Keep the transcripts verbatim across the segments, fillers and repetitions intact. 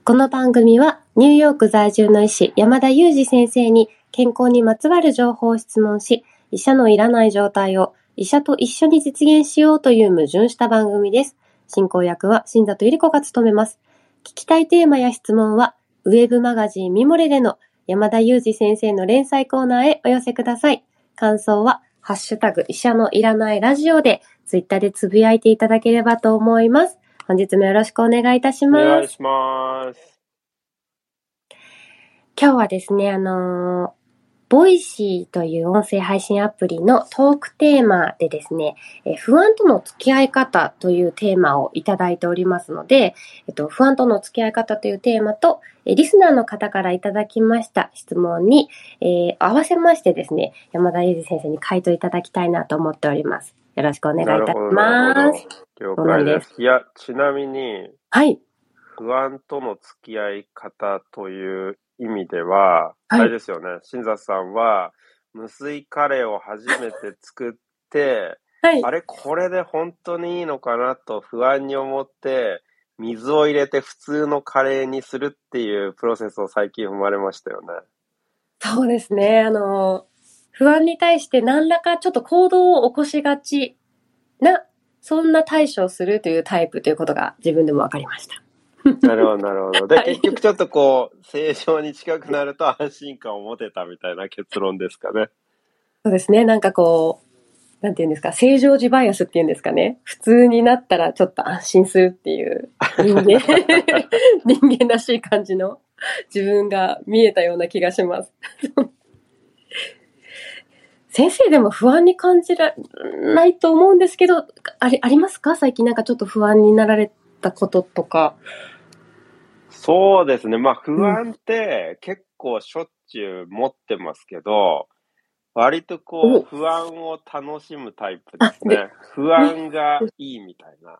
この番組はニューヨーク在住の医師山田裕二先生に健康にまつわる情報を質問し、医者のいらない状態を医者と一緒に実現しようという矛盾した番組です。進行役は新里ゆり子が務めます。聞きたいテーマや質問はウェブマガジンミモレでの山田裕二先生の連載コーナーへお寄せください。感想はハッシュタグ医者のいらないラジオでツイッターでつぶやいていただければと思います。本日もよろしくお願いいたします。 お願いします。 今日はですね、あのー、ボイシーという音声配信アプリのトークテーマでですね、え不安との付き合い方というテーマをいただいておりますので、えっと、不安との付き合い方というテーマと、えリスナーの方からいただきました質問に、えー、合わせましてですね、山田裕二先生に回答いただきたいなと思っております。よろしくお願いいたします。 了解です。いや、ちなみに、 はい。 不安との付き合い方という意味では、はい、あれですよね。新里さんは無水カレーを初めて作って、はい、あれこれで本当にいいのかなと不安に思って水を入れて普通のカレーにするっていうプロセスを最近踏まれましたよね。 そうですね。あの不安に対して何らかちょっと行動を起こしがちな、そんな対処をするというタイプということが自分でも分かりました。 なるほど、なるほど。で、はい、結局ちょっとこう、正常に近くなると安心感を持てたみたいな結論ですかね。 そうですね。なんかこう、なんていうんですか、正常時バイアスっていうんですかね。普通になったらちょっと安心するっていう人間、人間らしい感じの自分が見えたような気がします。先生でも不安に感じらないと思うんですけど、あり、ありますか？最近なんかちょっと不安になられたこととか。 そうですね。まあ不安って結構しょっちゅう持ってますけど、割とこう不安を楽しむタイプですね。不安がいいみたいな。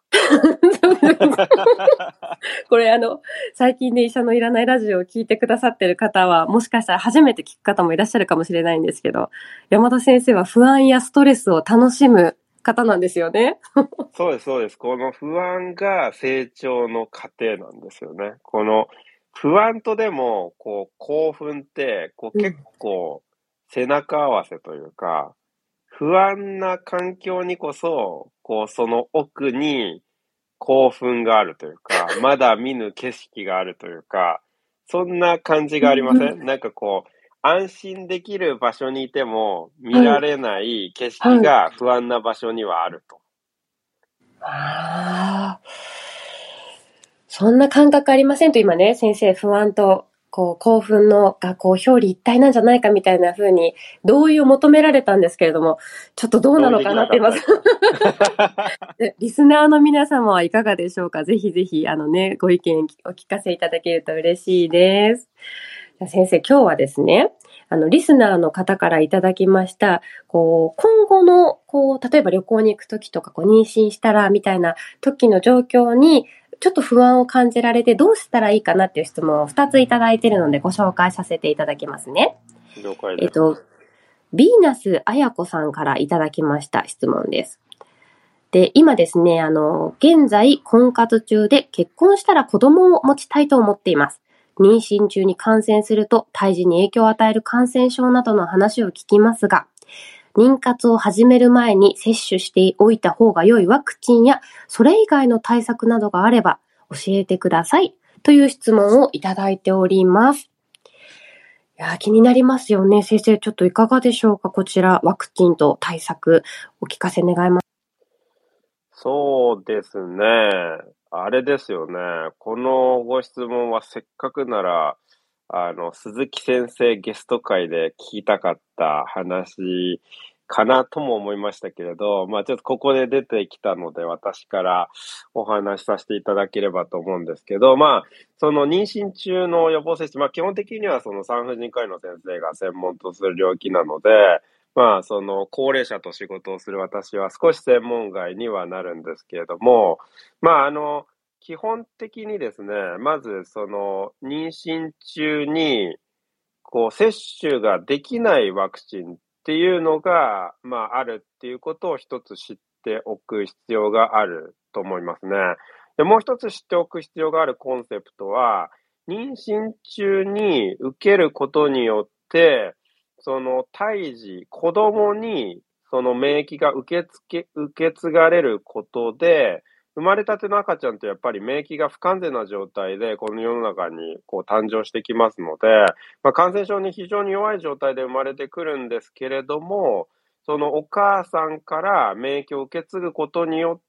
これあの、最近ね、医者のいらないラジオを聞いてくださってる方は、もしかしたら初めて聞く方もいらっしゃるかもしれないんですけど、山田先生は不安やストレスを楽しむ方なんですよね。 そうです、そうです。この不安が成長の過程なんですよね。この不安とでも、こう、興奮って、こう、結構背中合わせというか、うん、不安な環境にこそ、こう、その奥に興奮があるというか、まだ見ぬ景色があるというか、そんな感じがありません？なんかこう、安心できる場所にいても見られない景色が不安な場所にはあると。 ああ、そんな感覚ありませんと今ね、先生不安とこう興奮のがこう表裏一体なんじゃないかみたいな風に同意を求められたんですけれども、ちょっとどうなのかなって言います。リスナーの皆様はいかがでしょうか？ぜひぜひあのね、ご意見お聞かせいただけると嬉しいです。先生、今日はですね、あのリスナーの方からいただきました、こう今後のこう例えば旅行に行くときとかこう妊娠したらみたいな時の状況にちょっと不安を感じられてどうしたらいいかなっていう質問をふたついただいているのでご紹介させていただきますね。 了解です。 えっと、ビーナスあやこさんからいただきました質問です。で、今ですね、あの、現在婚活中で結婚したら子供を持ちたいと思っています。妊娠中に感染すると胎児に影響を与える感染症などの話を聞きますが、妊活を始める前に接種しておいた方が良いワクチンやそれ以外の対策などがあれば教えてくださいという質問をいただいております。いや気になりますよね。先生、ちょっといかがでしょうか？こちらワクチンと対策お聞かせ願います。 そうですね。あれですよね。このご質問はせっかくなら、あの、鈴木先生ゲスト会で聞きたかった話かなとも思いましたけれど、まあちょっとここで出てきたので私からお話しさせていただければと思うんですけど、まあその妊娠中の予防接種、まあ基本的にはその産婦人科医の先生が専門とする領域なので、まあその高齢者と仕事をする私は少し専門外にはなるんですけれども、まああの、基本的にですね、まずその妊娠中にこう接種ができないワクチンっていうのが、まああるっていうことを一つ知っておく必要があると思いますね。で、もう一つ知っておく必要があるコンセプトは、 妊娠中に受けることによって、その胎児、子供にその免疫が受け付け、受け継がれることで、生まれたての赤ちゃんってやっぱり免疫が不完全な状態でこの世の中にこう誕生してきますので、まあ、感染症に非常に弱い状態で生まれてくるんですけれども、そのお母さんから免疫を受け継ぐことによって、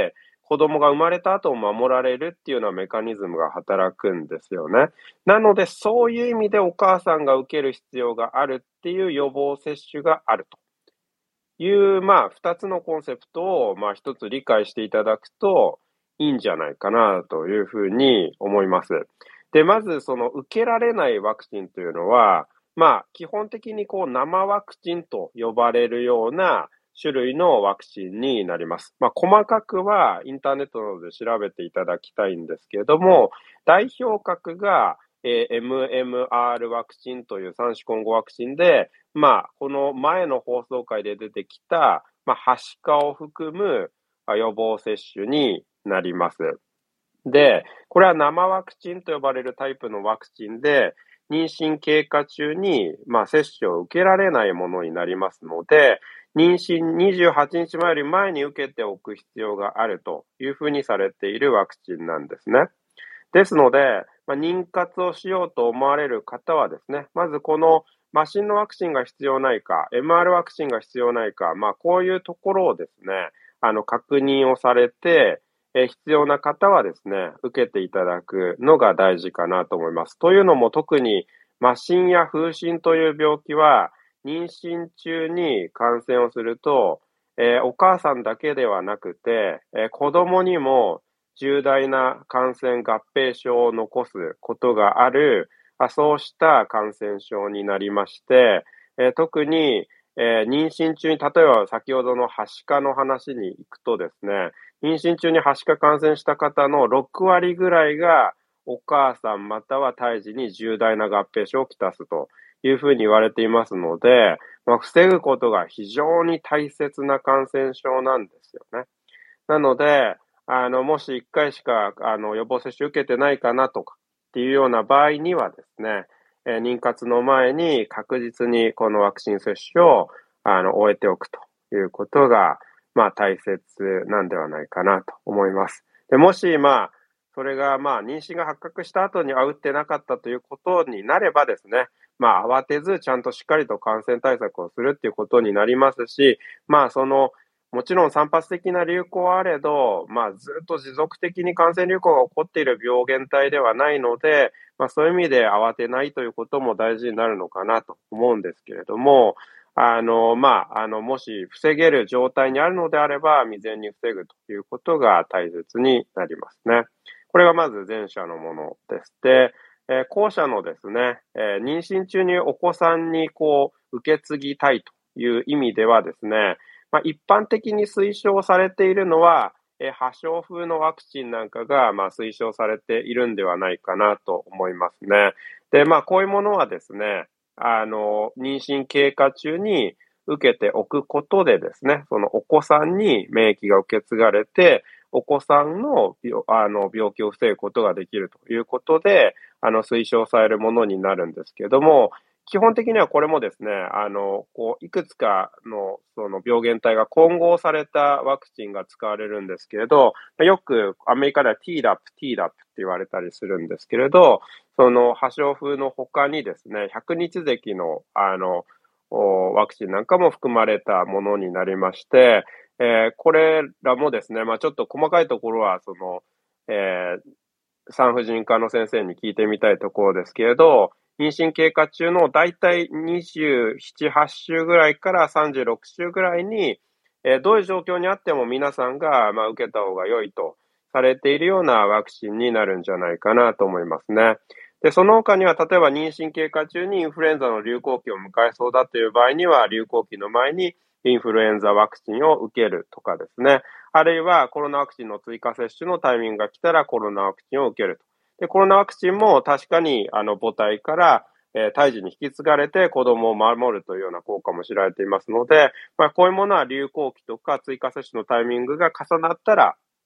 子供が生まれた後も守られるっていうようなメカニズムが働くんですよね。なので、そういう意味でお母さんが受ける必要があるっていう予防接種があるという、まあ、二つのコンセプトを、まあ、一つ理解していただくといいんじゃないかなというふうに思います。で、まず、その受けられないワクチンというのは、まあ、基本的にこう生ワクチンと呼ばれるような種類のワクチンになります。まあ、細かくはインターネットなどで調べていただきたいんですけれども、代表格が、えー エムエムアール ワクチンというさん種混合ワクチンで、まあ、この前の放送回で出てきた、まあ、はしかを含むあ予防接種になります。で、これは生ワクチンと呼ばれるタイプのワクチンで、妊娠経過中に、まあ、接種を受けられないものになりますので、妊娠にじゅうはちにちまえより前に受けておく必要があるというふうにされているワクチンなんですね。ですので、まあ、妊活をしようと思われる方はですね、まずこの麻疹のワクチンが必要ないか、エムアール ワクチンが必要ないか、まあ、こういうところをですね、あの、確認をされて、えー必要な方はですね、受けていただくのが大事かなと思います。というのも特に麻疹や風疹という病気は、妊娠中に感染をすると、えーお母さんだけではなくて、えー子供にも重大な感染合併症を残すことがある、あそうした感染症になりまして、えー特に、えー妊娠中に、例えば先ほどのはしかの話に行くとですね、妊娠中にはしか感染した方のろくわりぐらいがお母さんまたは胎児に重大な合併症をきたすというふうに言われていますので、まあ、防ぐことが非常に大切な感染症なんですよね。なので、あの、もしいっかいしか、あの、予防接種受けてないかなとかっていうような場合にはですね、えー妊活の前に確実にこのワクチン接種を、あの、終えておくということが、まあ、大切なんではないかなと思います。で、もし、まあ、それが、まあ、妊娠が発覚した後には打ってなかったということになればですね、まあ、慌てず、ちゃんとしっかりと感染対策をするっていうことになりますし、まあ、その、もちろん散発的な流行はあれど、まあ、ずっと持続的に感染流行が起こっている病原体ではないので、まあ、そういう意味で慌てないということも大事になるのかなと思うんですけれども、あの、まあ、あの、もし防げる状態にあるのであれば、未然に防ぐということが大切になりますね。これがまず前者のものです。で、えー後者のですね、えー妊娠中にお子さんにこう、受け継ぎたいという意味ではですね、まあ、一般的に推奨されているのは、えー破傷風のワクチンなんかが、まあ、推奨されているんではないかなと思いますね。で、まあ、こういうものはですね、あの、妊娠経過中に受けておくことでですね、そのお子さんに免疫が受け継がれて、お子さんの病あの病気を防ぐことができるということで、あの、推奨されるものになるんですけれども、基本的にはこれもですね、あの、こう、いくつかの、その病原体が混合されたワクチンが使われるんですけれど、よくアメリカでは ティーダップ、ティーダップ って言われたりするんですけれど、その破傷風の他にですね、ひゃくにちぜきの、あの、おワクチンなんかも含まれたものになりまして、えーこれらもですね、まあちょっと細かいところは、その、えー産婦人科の先生に聞いてみたいところですけれど、妊娠経過中のだいたいにじゅうなな、はち週ぐらいからさんじゅうろく週ぐらいに、えーどういう状況にあっても皆さんが、まあ、受けた方が良いとされているようなワクチンになるんじゃないかなと思いますね。で、その他には、例えば妊娠経過中にインフルエンザの流行期を迎えそうだという場合には、流行期の前にインフルエンザワクチンを受けるとかですね。あるいはコロナワクチンの追加接種のタイミングが来たらコロナワクチンを受けると。で、コロナワクチンも確かにあの母体から、えー胎児に引き継がれて子供を守るというような効果も知られていますので、まあ、こういうものは流行期とか追加接種のタイミングが重なったら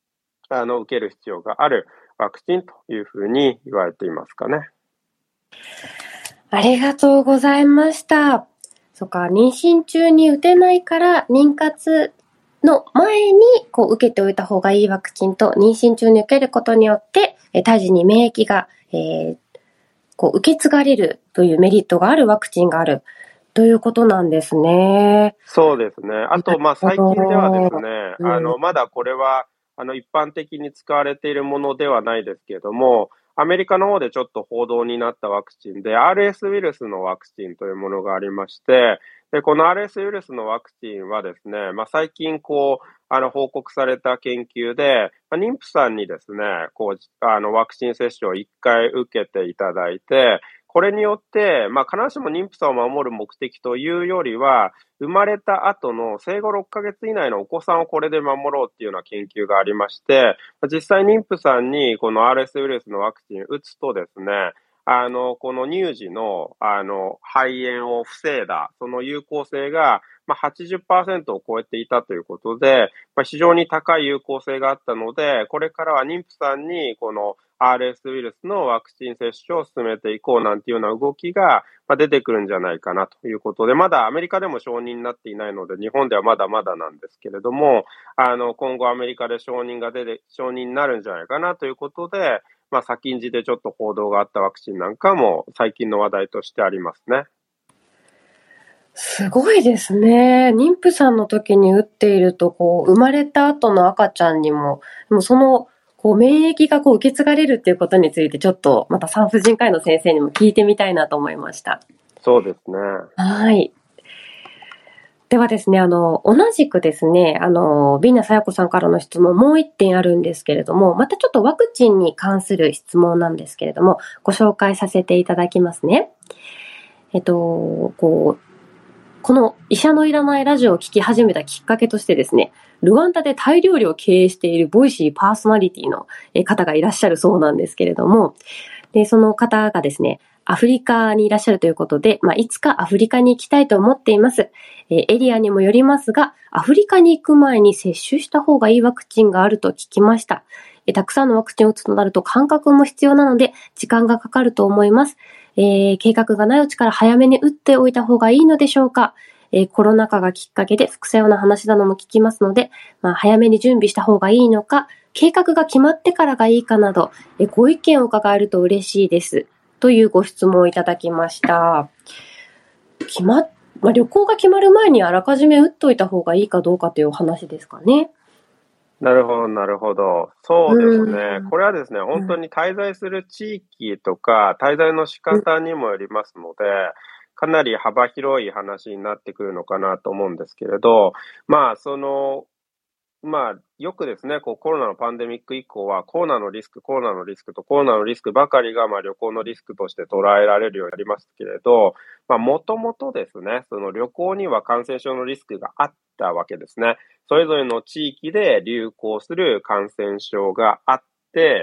あの、受ける必要があるワクチンというふうに言われていますかね。 ありがとうございました。そっか、妊娠中に打てないから妊活の前にこう受けておいた方がいいワクチンと、妊娠中に受けることによって胎児に免疫が、えー、こう受け継がれるというメリットがあるワクチンがあるということなんですね。 そうですね。あと、まあ、最近ではですね、 うん、 あの、まだこれは、あの、一般的に使われているものではないですけれども、アメリカの方でちょっと報道になったワクチンで、アールエス ウイルスのワクチンというものがありまして、で、この アールエス ウイルスのワクチンはですね、まあ、最近、こう、あの、報告された研究で、まあ、妊婦さんにですね、こう、あの、ワクチン接種をいっかい受けていただいて、これによって、まあ、必ずしも妊婦さんを守る目的というよりは、生まれた後の生後ろっかげつ以内のお子さんをこれで守ろうっていうような研究がありまして、実際妊婦さんにこの アールエス ウイルスのワクチン打つとですね、あの、この乳児の、あの、肺炎を防いだ、その有効性が、まあ、はちじゅっパーセントを超えていたということで、まあ、非常に高い有効性があったので、これからは妊婦さんにこの アールエス ウイルスのワクチン接種を進めていこうなんていうような動きが出てくるんじゃないかなということで、まだアメリカでも承認になっていないので、日本ではまだまだなんですけれども、あの、今後アメリカで承認が出て、承認になるんじゃないかなということで、まあ、先んじてちょっと報道があったワクチンなんかも最近の話題としてありますね。 すごいですね。妊婦さんの時に打っていると、こう、生まれた後の赤ちゃんにも、もうその、こう、免疫がこう受け継がれるっていうことについて、ちょっと、また産婦人科医の先生にも聞いてみたいなと思いました。 そうですね。 はい。ではですね、あの、同じくですね、あの、ビーナさやこさんからの質問もう一点あるんですけれども、またちょっとワクチンに関する質問なんですけれども、ご紹介させていただきますね。えっと、こう、この医者のいらないラジオを聞き始めたきっかけとしてですね、ルワンダでタイ料理を経営しているボイシーパーソナリティの方がいらっしゃるそうなんですけれども、で、その方がですね、アフリカにいらっしゃるということで、まあ、いつかアフリカに行きたいと思っています。えエリアにもよりますが、アフリカに行く前に接種した方がいいワクチンがあると聞きました。えたくさんのワクチンを打つとなると間隔も必要なので、時間がかかると思います。えー、計画がないうちから早めに打っておいた方がいいのでしょうか。えー、コロナ禍がきっかけで副作用の話なども聞きますので、まあ、早めに準備した方がいいのか、計画が決まってからがいいかなど、えー、ご意見を伺えると嬉しいです。というご質問をいただきました。決まっ、まあ、旅行が決まる前にあらかじめ打っといた方がいいかどうかというお話ですかね。 なるほど、なるほど。そうですね。これはですね、本当に滞在する地域とか、滞在の仕方にもよりますので、かなり幅広い話になってくるのかなと思うんですけれど、まあ、その、まあ、よくですね、こうコロナのパンデミック以降は、コロナのリスク、コロナのリスクとコロナのリスクばかりが、まあ、旅行のリスクとして捉えられるようになりますけれど、まあ、もともとですね、その旅行には感染症のリスクがあったわけですね。それぞれの地域で流行する感染症があって、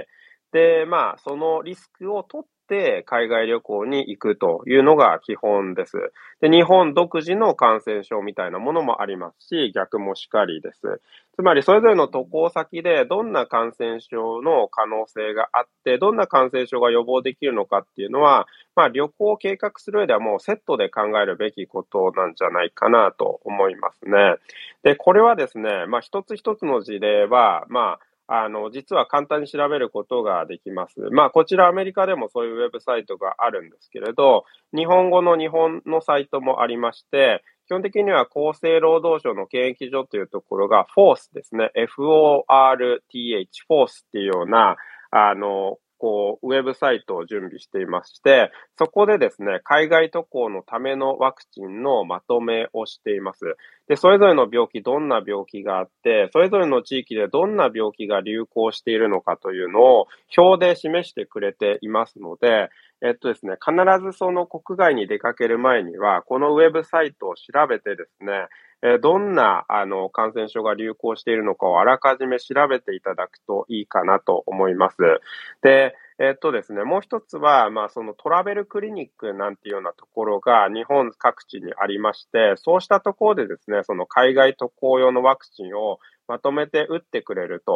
で、まあ、そのリスクを取って海外旅行に行くというのが基本です。で、日本独自の感染症みたいなものもありますし、逆もしかりです。つまり、それぞれの渡航先でどんな感染症の可能性があって、どんな感染症が予防できるのかっていうのは、まあ、旅行を計画する上ではもうセットで考えるべきことなんじゃないかなと思いますね。で、これはですね、まあ、一つ一つの事例は、まあ、あの、実は簡単に調べることができます。まあ、こちらアメリカでもそういうウェブサイトがあるんですけれど、日本語の日本のサイトもありまして、基本的には厚生労働省の検疫所というところが フォース ですね。エフオーアールティーエイチ、フォース っていうような、あの、こう、ウェブサイトを準備していまして、そこでですね、海外渡航のためのワクチンのまとめをしています。で、それぞれの病気、どんな病気があって、それぞれの地域でどんな病気が流行しているのかというのを表で示してくれていますので、えっとですね、必ずその国外に出かける前には、このウェブサイトを調べてですね、えどんなあの感染症が流行しているのかをあらかじめ調べていただくといいかなと思います。で、えっとですね、もう一つは、まあ、そのトラベルクリニックなんていうようなところが日本各地にありまして、そうしたところでですね、その海外渡航用のワクチンをまとめて打ってくれると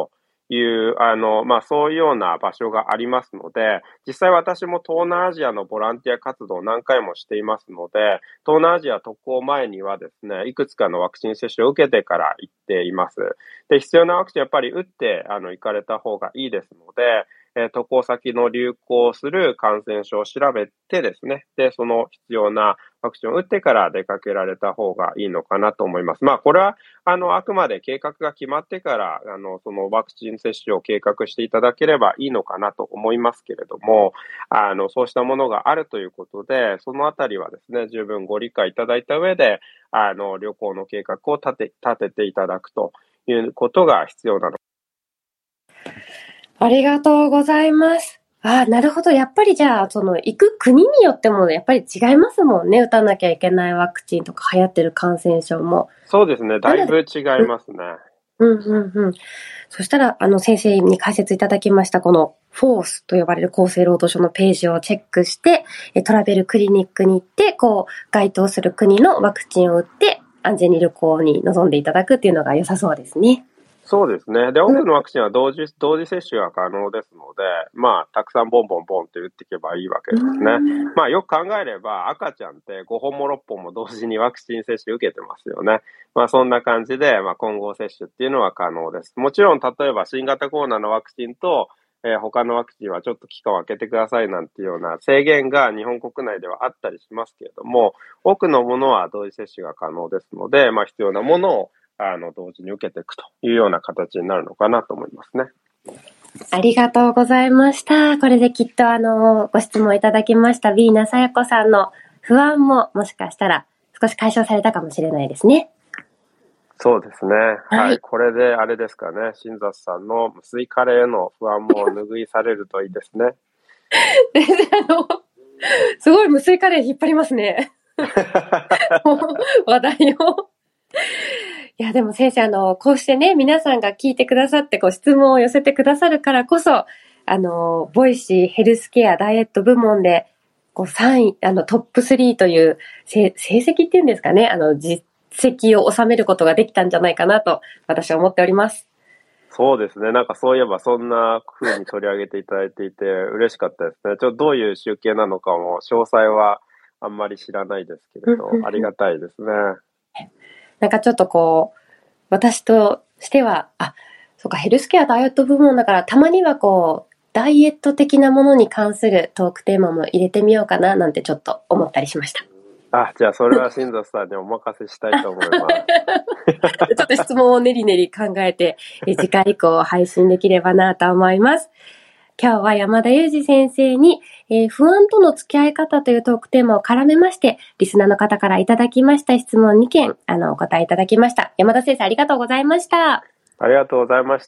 いう、あの、まあ、そういうような場所がありますので、実際私も東南アジアのボランティア活動を何回もしていますので、東南アジア渡航前にはですね、いくつかのワクチン接種を受けてから行っています。で、必要なワクチンやっぱり打って、あの、行かれた方がいいですので、えー渡航先の流行する感染症を調べてですね、で、その必要なワクチンを打ってから出かけられた方がいいのかなと思います。まあ、これは、あの、あくまで計画が決まってから、あの、そのワクチン接種を計画していただければいいのかなと思いますけれども、あの、そうしたものがあるということで、そのあたりはですね、十分ご理解いただいた上で、あの、旅行の計画を立て、立てていただくということが必要なの。 ありがとうございます。ああ、なるほど。やっぱりじゃあ、その、行く国によっても、やっぱり違いますもんね。打たなきゃいけないワクチンとか流行ってる感染症も。 そうですね。だいぶ違いますね。 うんうんうん。そしたら、あの、先生に解説いただきました、この、フォースと呼ばれる厚生労働省のページをチェックして、トラベルクリニックに行って、こう、該当する国のワクチンを打って、安全に旅行に臨んでいただくっていうのが良さそうですね。 そうですね。で、多くのワクチンは同時、同時接種が可能ですので、まあ、たくさんボンボンボンって打っていけばいいわけですね。まあ、よく考えれば、赤ちゃんってごほんもろっぽんも同時にワクチン接種受けてますよね。まあ、そんな感じで、まあ、混合接種っていうのは可能です。もちろん、例えば新型コロナのワクチンと、えー他のワクチンはちょっと期間を空けてくださいなんていうような制限が日本国内ではあったりしますけれども、多くのものは同時接種が可能ですので、まあ、必要なものをあの、同時に受けていくというような形になるのかなと思いますね。 ありがとうございました。これできっとあの、ご質問いただきましたビーナサヤコさんの不安ももしかしたら少し解消されたかもしれないですね。 そうですね。はい。 はいこれであれですかね、新雑さんの無水カレーへの不安も拭いされるといいですね。 先生、あの、すごい無水カレー引っ張りますね。話題を。いや、でも先生、あの、こうしてね、皆さんが聞いてくださって、こう、質問を寄せてくださるからこそ、あの、ボイシーヘルスケアダイエット部門で、こう、さんい、あの、トップスリーという成、成績っていうんですかね、あの、実績を収めることができたんじゃないかなと、私は思っております。 そうですね。なんかそういえばそんな風に取り上げていただいていて嬉しかったですね。ちょっとどういう集計なのかも詳細はあんまり知らないですけれど、ありがたいですね。 なんかちょっとこう、私としては、あ、そうか、ヘルスケアダイエット部門だから、たまにはこう、ダイエット的なものに関するトークテーマも入れてみようかな、なんてちょっと思ったりしました。 あ、じゃあそれは新雑さんにお任せしたいと思います。 ちょっと質問を練り練り考えて、え次回以降配信できればなと思います。今日は山田裕二先生に、えー不安との付き合い方というトークテーマを絡めまして、リスナーの方からいただきました質問にけん、あの、お答えいただきました。山田先生、ありがとうございました。 ありがとうございました。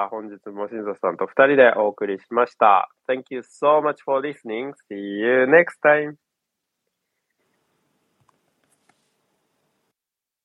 本日も新雑さんと二人でお送りしました。Thank you so much for listening. See you next time.